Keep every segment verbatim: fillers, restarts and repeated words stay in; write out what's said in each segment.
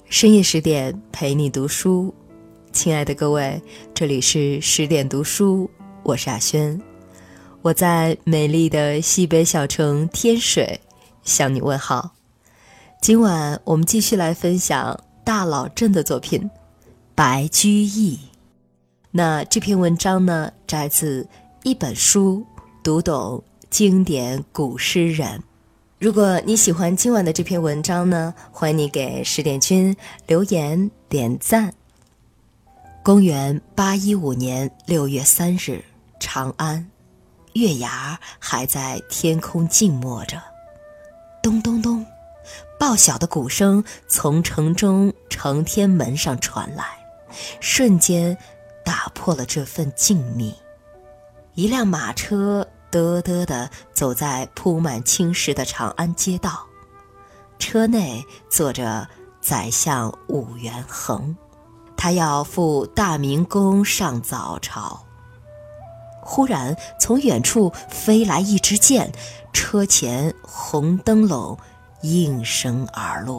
深夜十点陪你读书，亲爱的各位，这里是十点读书，我是阿轩，我在美丽的西北小城天水向你问好。今晚我们继续来分享大老郑的作品《白居易》。那这篇文章呢，摘自一本书，读懂经典古诗人。如果你喜欢今晚的这篇文章呢，欢迎你给十点君留言点赞。公元八一五年六月三日，长安，月牙还在天空静默着。咚咚咚，报晓的鼓声从城中承天门上传来，瞬间打破了这份静谧。一辆马车嘚嘚地走在铺满青石的长安街道，车内坐着宰相武元衡，他要赴大明宫上早朝。忽然从远处飞来一支箭，车前红灯笼应声而落。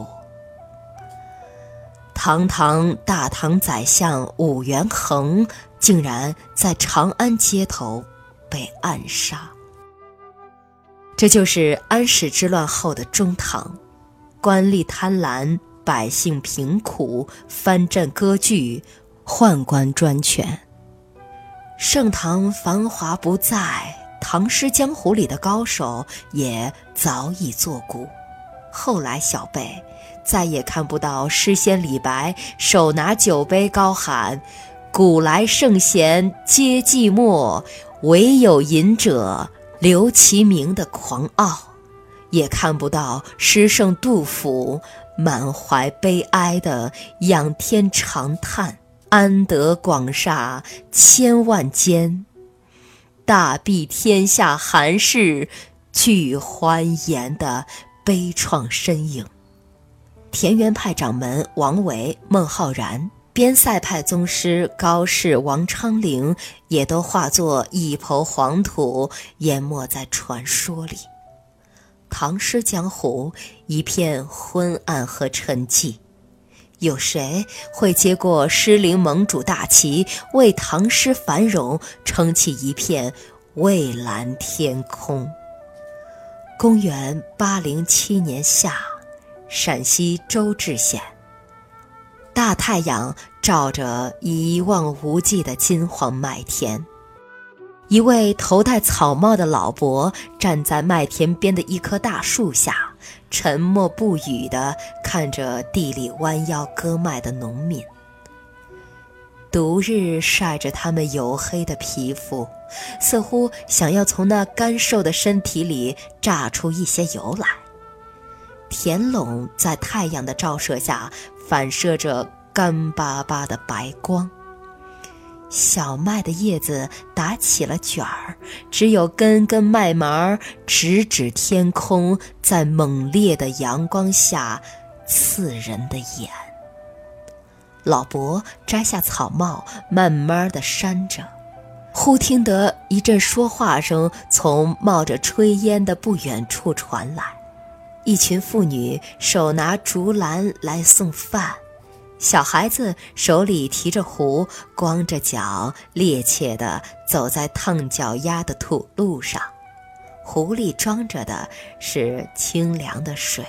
堂堂大唐宰相武元衡竟然在长安街头被暗杀。这就是安史之乱后的中唐，官吏贪婪，百姓贫苦，藩镇割据，宦官专权。盛唐繁华不再，唐诗江湖里的高手也早已作古。后来小辈再也看不到诗仙李白手拿酒杯高喊古来圣贤皆寂寞，唯有饮者留其名的狂傲，也看不到诗圣杜甫满怀悲哀的仰天长叹安得广厦千万间，大庇天下寒士俱欢颜的悲怆身影。田园派掌门王维、孟浩然，边塞派宗师高适、王昌龄也都化作一抔黄土，淹没在传说里。唐诗江湖一片昏暗和沉寂，有谁会接过诗陵盟主大旗，为唐诗繁荣撑起一片蔚蓝天空？公元八零七年夏，陕西周至县，大太阳照着一望无际的金黄麦田，一位头戴草帽的老伯站在麦田边的一棵大树下，沉默不语地看着地里弯腰割麦的农民。毒日晒着他们黝黑的皮肤，似乎想要从那干瘦的身体里榨出一些油来。田垄在太阳的照射下反射着干巴巴的白光，小麦的叶子打起了卷儿，只有根根麦芒直指天空，在猛烈的阳光下刺人的眼。老伯摘下草帽，慢慢地扇着，忽听得一阵说话声从冒着炊烟的不远处传来。一群妇女手拿竹篮来送饭，小孩子手里提着壶，光着脚趔趄地走在烫脚丫的土路上，壶里装着的是清凉的水。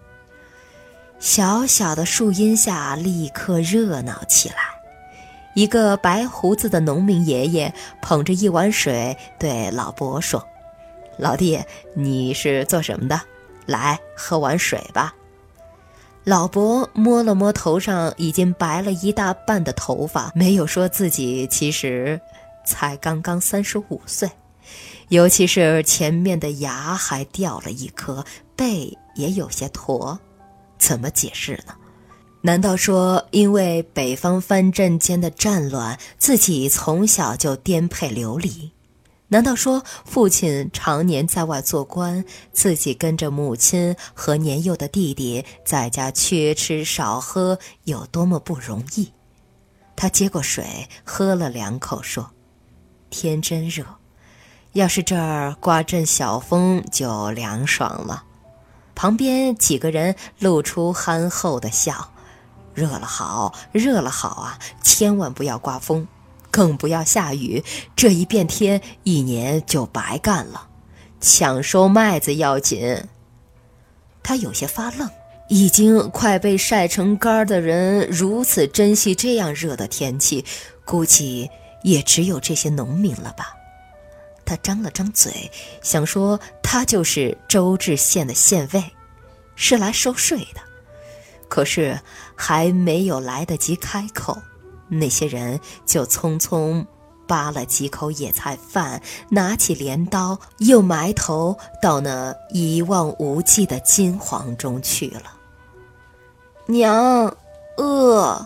小小的树荫下立刻热闹起来。一个白胡子的农民爷爷捧着一碗水对老伯说：老弟，你是做什么的？来，喝碗水吧。老伯摸了摸头上已经白了一大半的头发，没有说自己其实才刚刚三十五岁，尤其是前面的牙还掉了一颗，背也有些驼，怎么解释呢？难道说因为北方藩镇间的战乱，自己从小就颠沛流离？难道说父亲常年在外做官，自己跟着母亲和年幼的弟弟在家缺吃少喝有多么不容易？他接过水喝了两口，说：天真热，要是这儿刮阵小风就凉爽了。旁边几个人露出憨厚的笑， 热了好，热了好啊，千万不要刮风，更不要下雨，这一变天，一年就白干了。抢收麦子要紧。他有些发愣，已经快被晒成干的人如此珍惜这样热的天气，估计也只有这些农民了吧。他张了张嘴，想说他就是周至县的县尉，是来收税的。可是还没有来得及开口，那些人就匆匆扒了几口野菜饭，拿起镰刀，又埋头到那一望无际的金黄中去了。娘，饿！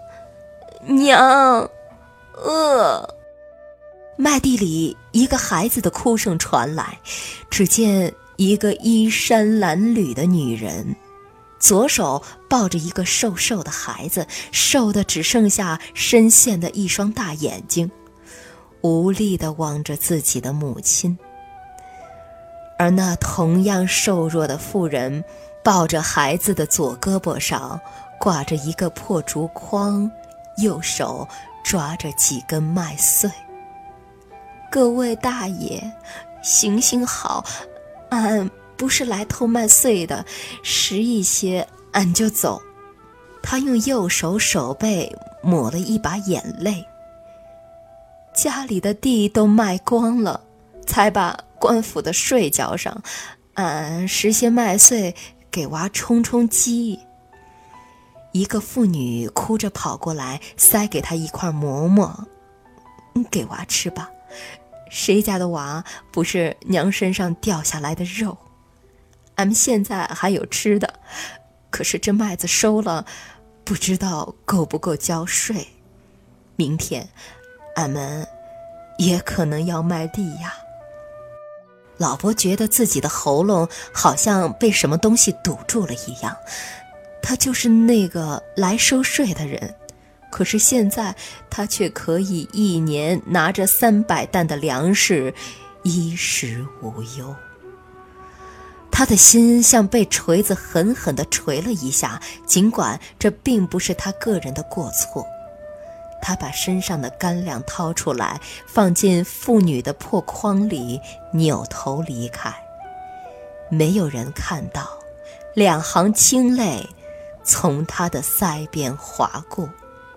娘，饿！麦地里一个孩子的哭声传来，只见一个衣衫褴褛的女人，左手抱着一个瘦瘦的孩子，瘦得只剩下深陷的一双大眼睛，无力地望着自己的母亲。而那同样瘦弱的妇人抱着孩子的左胳膊上挂着一个破竹筐，右手抓着几根麦穗。各位大爷，行行好，俺不是来偷麦穗的，拾一些俺就走。他用右手手背抹了一把眼泪。家里的地都卖光了，才把官府的税交上，俺拾些麦穗给娃充充饥。一个妇女哭着跑过来，塞给他一块馍馍，给娃吃吧，谁家的娃不是娘身上掉下来的肉？俺们现在还有吃的，可是这麦子收了，不知道够不够交税。明天俺们也可能要卖地呀。老伯觉得自己的喉咙好像被什么东西堵住了一样，他就是那个来收税的人，可是现在他却可以一年拿着三百担的粮食，衣食无忧。他的心像被锤子狠狠地锤了一下，尽管这并不是他个人的过错。他把身上的干粮掏出来，放进妇女的破筐里，扭头离开。没有人看到，两行清泪从他的腮边划过。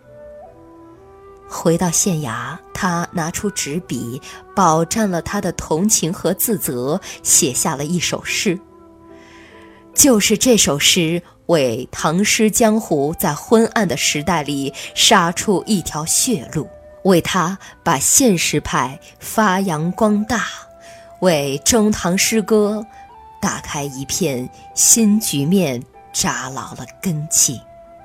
回到县衙，他拿出纸笔，饱蘸了他的同情和自责，写下了一首诗。就是这首诗为唐诗江湖在昏暗的时代里杀出一条血路，为他把现实派发扬光大，为中唐诗歌打开一片新局面，扎牢了根基。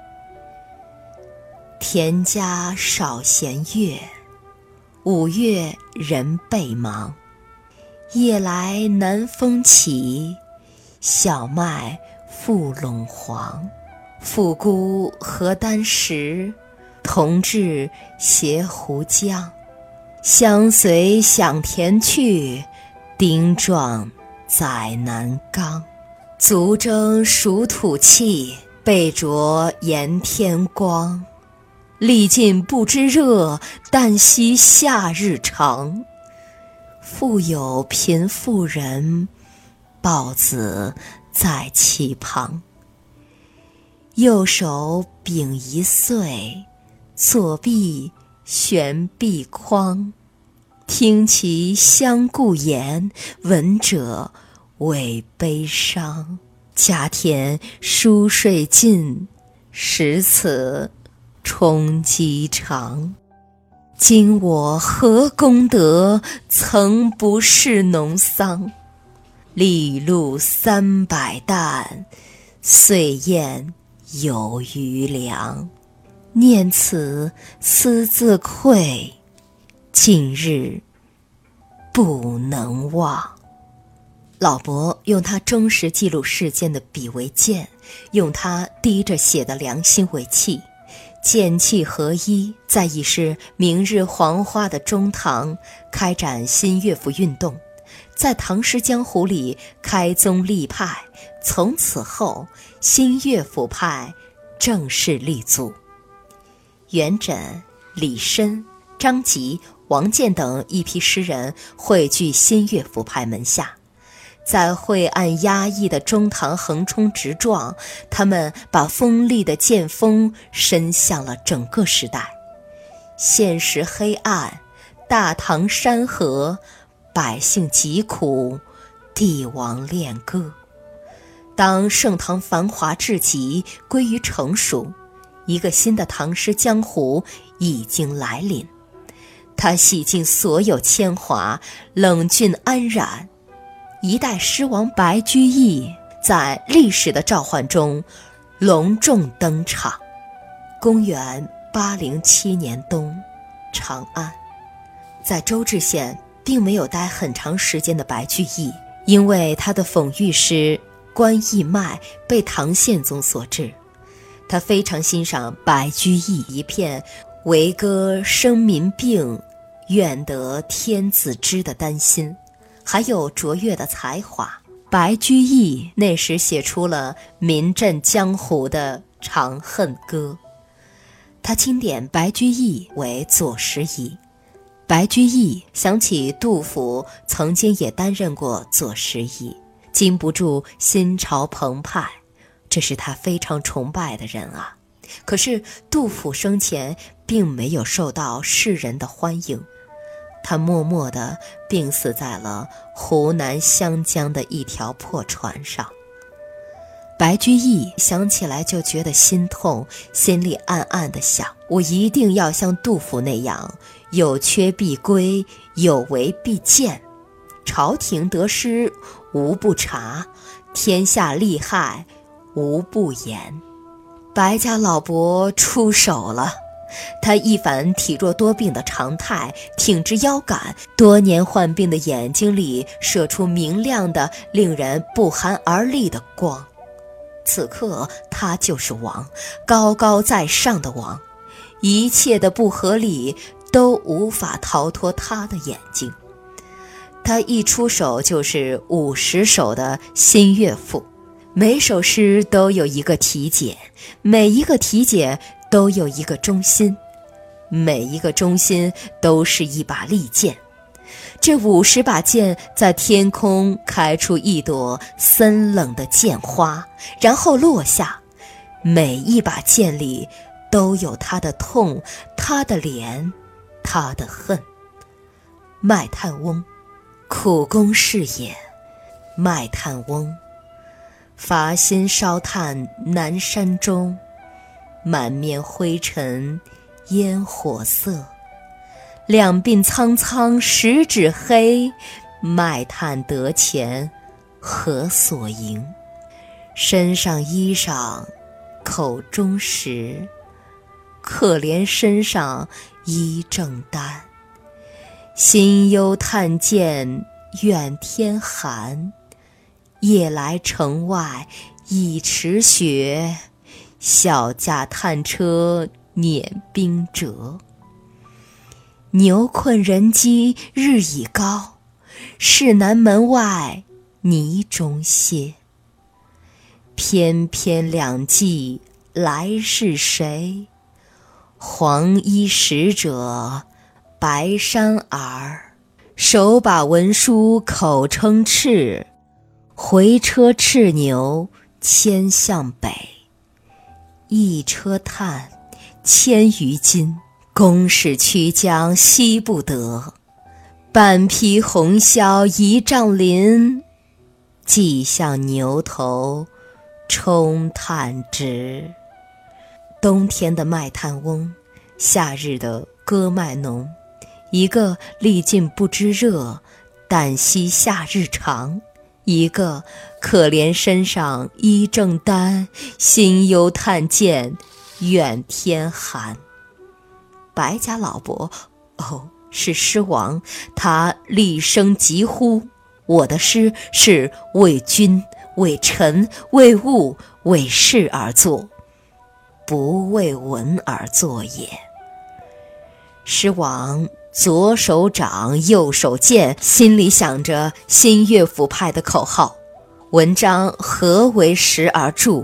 田家少闲月，五月人备忙。夜来南风起，小麦复陇黄。妇姑何担食，同至斜湖江。相随响田去，丁壮在南冈。足蒸熟土气，背着炎天光。历尽不知热，但惜夏日长。复有贫妇人，抱子在其旁。右手秉一穗，左臂悬臂筐。听其相顾言，闻者为悲伤。家田疏税尽，使此充饥肠。今我何功德，曾不是农桑。粒露三百担，岁燕有余粮。念此思自愧，近日不能忘。老伯用他忠实记录事件的笔为鉴，用他滴着血的良心为器，剑气合一，在已是明日黄花的中唐开展新乐府运动，在唐诗江湖里开宗立派。从此后，新乐府派正式立足。元稹、李绅、张籍、王建等一批诗人汇聚新乐府派门下，在晦暗压抑的中唐横冲直撞，他们把锋利的剑锋伸向了整个时代。现实黑暗，大唐山河，百姓疾苦，帝王恋歌。当盛唐繁华至极，归于成熟，一个新的唐诗江湖已经来临。它洗尽所有铅华，冷峻安然。一代诗王白居易在历史的召唤中隆重登场。公元八零七年冬，长安。在周至县并没有待很长时间的白居易，因为他的讽喻诗《关义脉》被唐宪宗所制。他非常欣赏白居易一片为歌生民病，愿得天子知的丹心，还有卓越的才华。白居易那时写出了民震江湖的《长恨歌》，他钦点白居易为左拾遗。白居易想起杜甫曾经也担任过左拾遗，禁不住心潮澎湃，这是他非常崇拜的人啊。可是杜甫生前并没有受到世人的欢迎，他默默地病死在了湖南湘江的一条破船上。白居易想起来就觉得心痛，心里暗暗地想，我一定要像杜甫那样，有缺必归，有违必谏，朝廷得失无不察，天下利害无不言。白家老伯出手了，他一反体弱多病的常态，挺直腰杆，多年患病的眼睛里射出明亮的令人不寒而栗的光。此刻他就是王，高高在上的王，一切的不合理都无法逃脱他的眼睛。他一出手就是五十首的新乐府，每首诗都有一个题解，每一个题解都有一个中心，每一个中心都是一把利剑。这五十把剑在天空开出一朵森冷的剑花，然后落下，每一把剑里都有他的痛，他的怜，他的恨。卖炭翁，苦工事也。卖炭翁，伐薪烧炭南山中，满面灰尘烟火色。两鬓苍苍十指黑，卖炭得钱何所营？身上衣裳口中食，可怜身上衣正单。心忧炭贱怨天寒，夜来城外已迟雪，小驾炭车碾冰辙。牛困人饥日已高，市南门外泥中歇。翩翩两骑来是谁？黄衣使者白衫儿，手把文书口称敕，回车叱牛牵向北。一车炭千余斤，公使驱将惜不得。半匹红绡一丈林，系向牛头冲炭直。冬天的卖炭翁，夏日的割麦农，一个历尽不知热，但惜夏日长；一个可怜身上衣正单，心忧炭贱怨天寒。白家老伯，哦，是诗王，他厉声疾呼：我的诗是为君、为臣、为物、为事而作，不为文而作也。诗王左手掌右手剑，心里想着新乐府派的口号：文章何为时而著，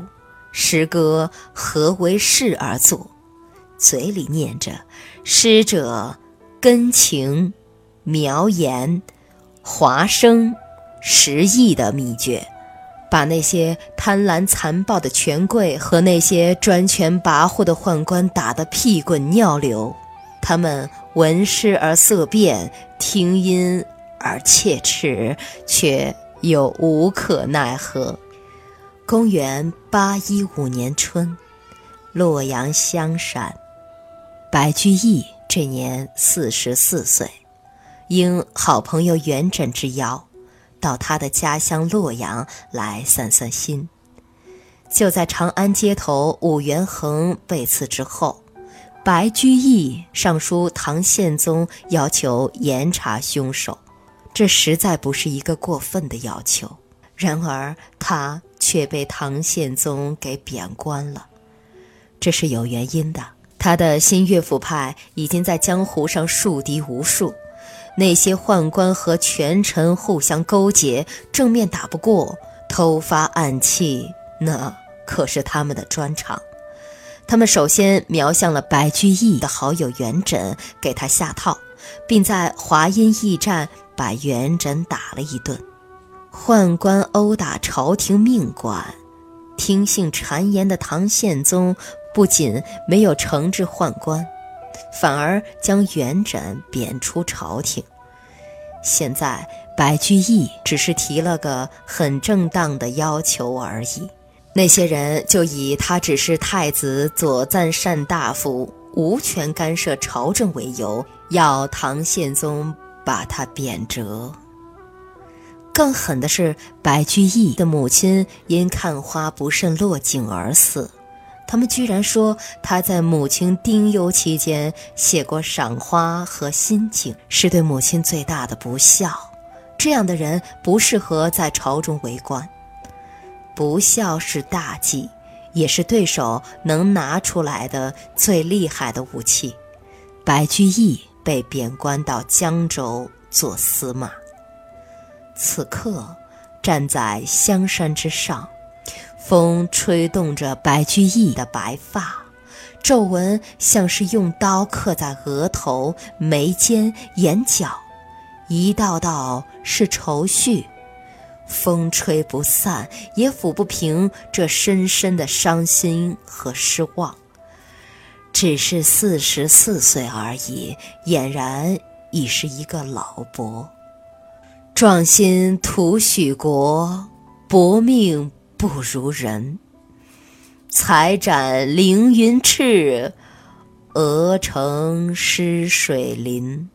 诗歌何为事而作，嘴里念着诗者根情苗言华声实意的秘诀，把那些贪婪残暴的权贵和那些专权跋扈的宦官打得屁滚尿流。他们闻诗而色变，听音而切齿，却又无可奈何。公元八一五年春，洛阳香山，白居易这年四十四岁，应好朋友元稹之邀，到他的家乡洛阳来散散心。就在长安街头武元衡被刺之后，白居易上书唐宪宗，要求严查凶手，这实在不是一个过分的要求。然而他却被唐宪宗给贬官了，这是有原因的。他的新乐府派已经在江湖上树敌无数，那些宦官和权臣互相勾结，正面打不过，偷发暗器，那可是他们的专长。他们首先瞄向了白居易的好友元稹，给他下套，并在华阴驿站把元稹打了一顿。宦官殴打朝廷命官，听信谗言的唐宪宗不仅没有惩治宦官，反而将元稹贬出朝廷。现在白居易只是提了个很正当的要求而已，那些人就以他只是太子左赞善大夫，无权干涉朝政为由，要唐宪宗把他贬谪。更狠的是，白居易的母亲因看花不慎落井而死，他们居然说他在母亲丁忧期间写过赏花和心境，是对母亲最大的不孝。这样的人不适合在朝中为官。不孝是大忌，也是对手能拿出来的最厉害的武器。白居易被贬官到江州做司马。此刻站在香山之上，风吹动着白居易的白发，皱纹像是用刀刻在额头、眉间、眼角，一道道是愁绪，风吹不散，也抚不平这深深的伤心和失望。只是四十四岁而已，俨然已是一个老伯。壮心图许国，薄命不如人。才展凌云翅，鹅成湿水林。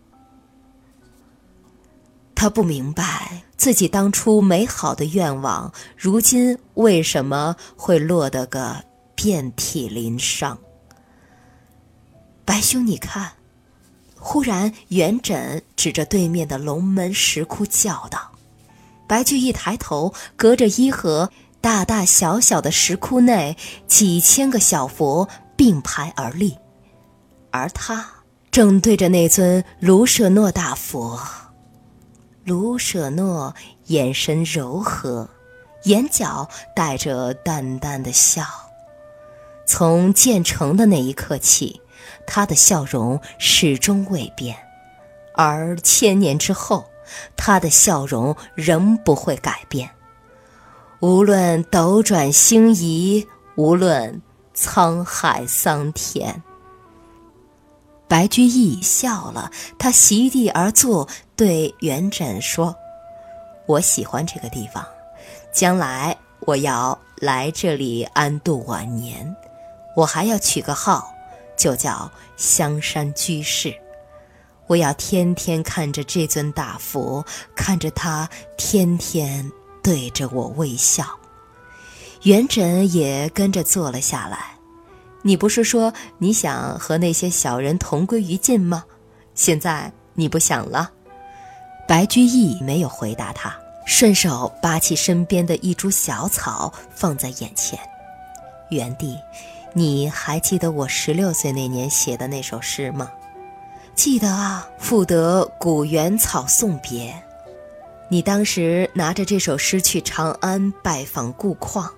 他不明白自己当初美好的愿望，如今为什么会落得个遍体鳞伤。白兄，你看。忽然元稹指着对面的龙门石窟叫道。白居易抬头，隔着衣盒，大大小小的石窟内，几千个小佛并排而立，而他正对着那尊卢舍诺大佛。卢舍诺眼神柔和，眼角带着淡淡的笑。从建成的那一刻起，他的笑容始终未变，而千年之后，他的笑容仍不会改变。无论斗转星移，无论沧海桑田。白居易笑了，他席地而坐，对元稹说：我喜欢这个地方，将来我要来这里安度晚年，我还要取个号，就叫香山居士。我要天天看着这尊大佛，看着他天天对着我微笑。元稹也跟着坐了下来。你不是说你想和那些小人同归于尽吗？现在你不想了？白居易没有回答他，顺手拔起身边的一株小草放在眼前。元帝，你还记得我十六岁那年写的那首诗吗？记得啊，赋得古原草送别。你当时拿着这首诗去长安拜访顾况，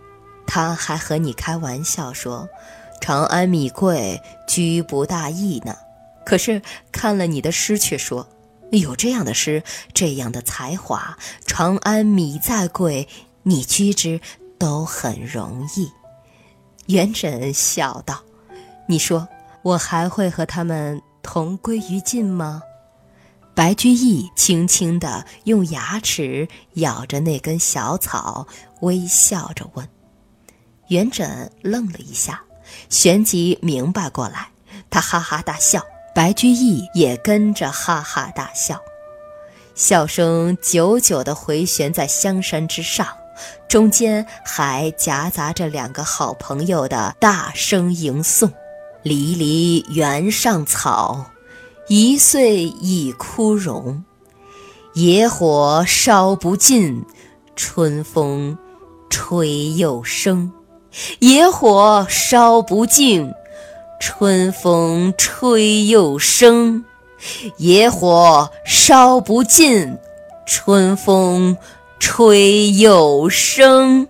他还和你开玩笑说，长安米贵，居不大易呢。可是看了你的诗却说，有这样的诗，这样的才华，长安米再贵，你居之都很容易。元稹笑道，你说我还会和他们同归于尽吗？白居易轻轻地用牙齿咬着那根小草，微笑着问。元稹愣了一下，旋即明白过来，他哈哈大笑，白居易也跟着哈哈大笑，笑声久久地回旋在香山之上，中间还夹杂着两个好朋友的大声吟诵，离离原上草，一岁一枯荣，野火烧不尽，春风吹又生。野火烧不尽，春风吹又生。野火烧不尽，春风吹又生。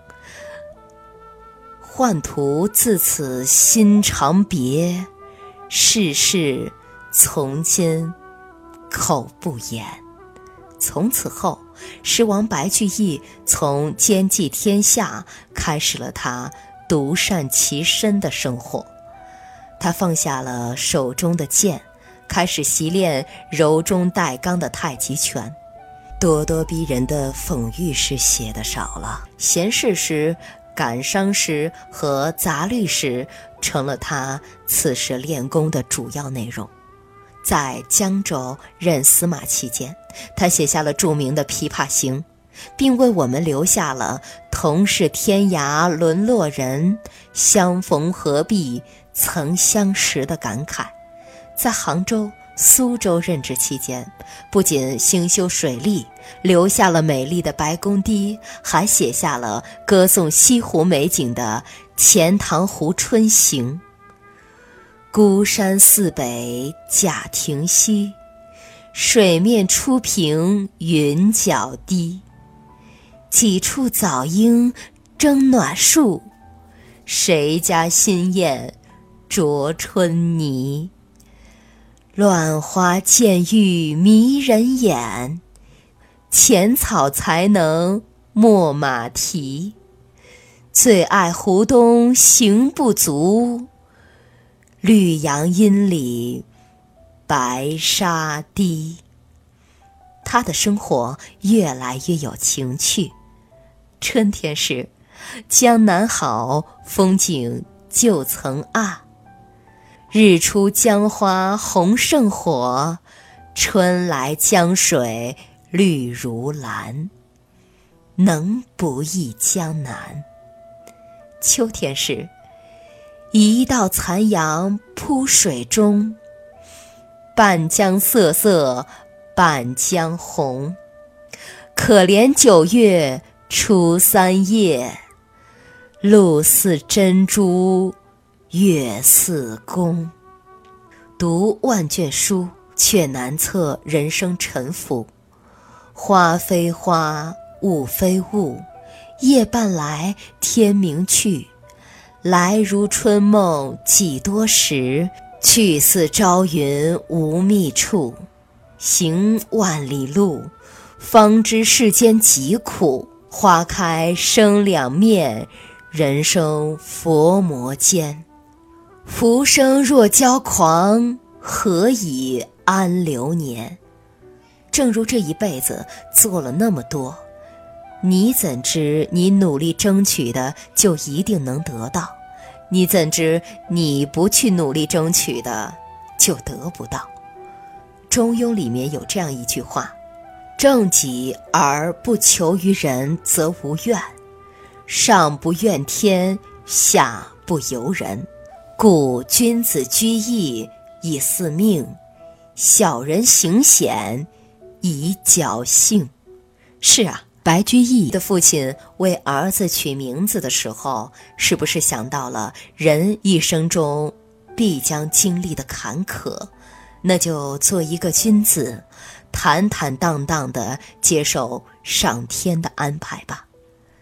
宦途自此心长别，世事从今口不言。从此后，诗王白居易从兼济天下开始了他独善其身的生活。他放下了手中的剑，开始习练柔中带刚的太极拳。咄咄逼人的讽喻诗写得少了，闲适诗、感伤诗和杂律诗成了他此时练功的主要内容。在江州任司马期间，他写下了著名的《琵琶行》，并为我们留下了同是天涯沦落人，相逢何必曾相识的感慨。在杭州、苏州任职期间，不仅兴修水利，留下了美丽的白公堤，还写下了歌颂西湖美景的《钱塘湖春行》。孤山寺北贾亭西，水面初平云脚低。几处早莺争暖树，谁家新燕啄春泥。乱花渐欲迷人眼，浅草才能没马蹄。最爱湖东行不足，绿杨阴里白沙堤。他的生活越来越有情趣。春天时，江南好，风景旧曾谙。日出江花红胜火，春来江水绿如蓝。能不忆江南？秋天时，一道残阳铺水中，半江瑟瑟半江红。可怜九月初三夜，露似珍珠月似弓。读万卷书，却难测人生沉浮。花非花，雾非雾，夜半来，天明去。来如春梦几多时，去似朝云无觅处。行万里路，方知世间疾苦。花开生两面，人生佛魔间。浮生若骄狂，何以安流年？正如这一辈子做了那么多，你怎知你努力争取的就一定能得到？你怎知你不去努力争取的就得不到？中庸里面有这样一句话，正己而不求于人则无怨，上不怨天，下不尤人。故君子居易以四命，小人行险以侥幸。是啊，白居易的父亲为儿子取名字的时候，是不是想到了人一生中必将经历的坎坷？那就做一个君子，坦坦荡荡地接受上天的安排吧。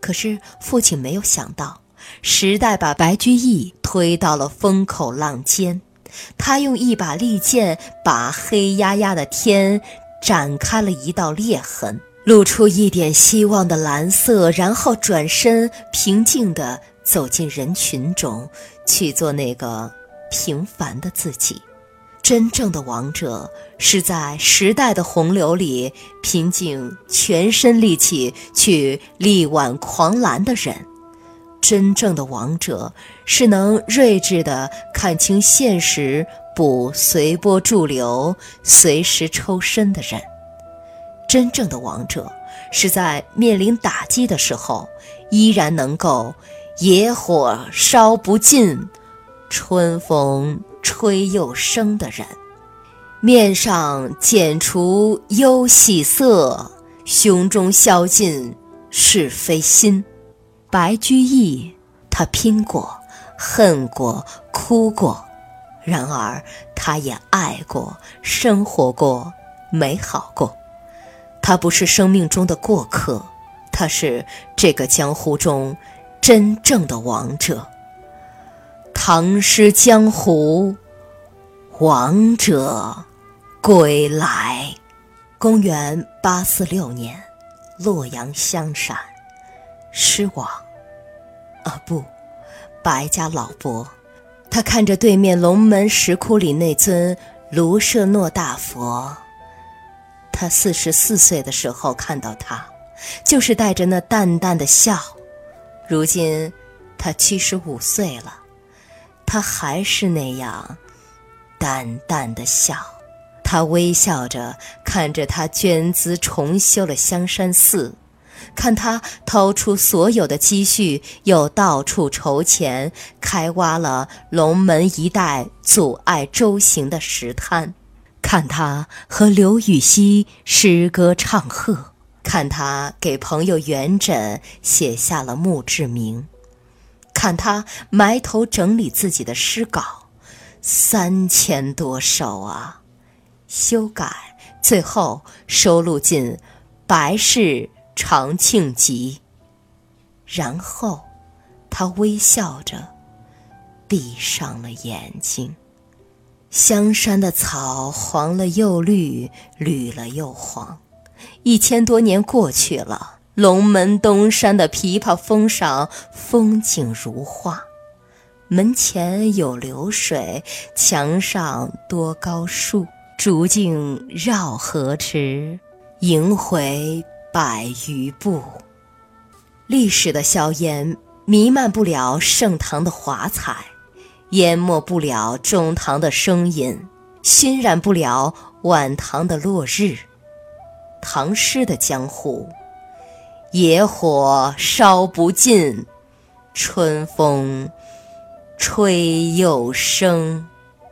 可是父亲没有想到，时代把白居易推到了风口浪尖，他用一把利剑把黑压压的天展开了一道裂痕，露出一点希望的蓝色，然后转身平静地走进人群中，去做那个平凡的自己。真正的王者是在时代的洪流里拼尽全身力气去力挽狂澜的人。真正的王者是能睿智地看清现实，不随波逐流，随时抽身的人。真正的王者是在面临打击的时候，依然能够野火烧不尽，春风吹又生的人。面上剪除忧喜色，胸中消尽是非心。白居易他拼过，恨过，哭过，然而他也爱过，生活过，美好过。他不是生命中的过客，他是这个江湖中真正的王者。唐诗江湖，王者归来。公元八四六年，洛阳香山，狮王啊不，白家老伯。他看着对面龙门石窟里那尊卢舍诺大佛，他四十四岁的时候看到他，就是带着那淡淡的笑。如今他七十五岁了，他还是那样淡淡的笑。他微笑着看着他捐资重修了香山寺，看他掏出所有的积蓄，又到处筹钱，开挖了龙门一带阻碍舟行的石滩，看他和刘禹锡诗歌唱和，看他给朋友元稹写下了墓志铭，看他埋头整理自己的诗稿，三千多首啊，修改，最后收录进《白氏长庆集》。然后他微笑着闭上了眼睛。香山的草黄了又绿，绿了又黄。一千多年过去了，龙门东山的琵琶峰上风景如画，门前有流水，墙上多高树，竹径绕河池，萦回百余步。历史的硝烟弥漫不了盛唐的华彩，淹没不了中唐的声音，熏染不了晚唐的落日。唐诗的江湖，野火烧不尽，春风吹又生。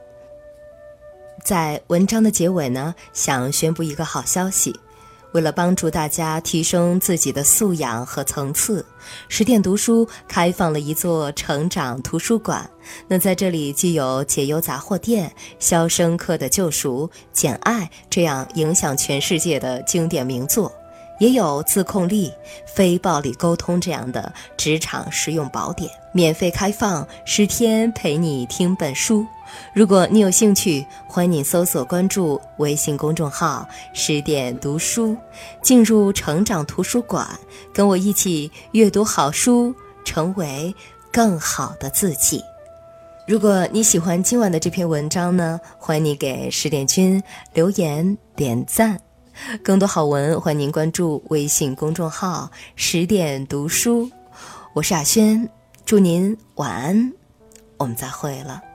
在文章的结尾呢，想宣布一个好消息。为了帮助大家提升自己的素养和层次，十点读书开放了一座成长图书馆。那在这里既有解忧杂货店、肖申克的救赎、简爱这样影响全世界的经典名作，也有自控力、非暴力沟通这样的职场实用宝典，免费开放，十天陪你听本书。如果你有兴趣，欢迎你搜索关注微信公众号十点读书，进入成长图书馆，跟我一起阅读好书，成为更好的自己。如果你喜欢今晚的这篇文章呢，欢迎你给十点君留言点赞。更多好文欢迎您关注微信公众号十点读书。我是雅轩，祝您晚安，我们再会了。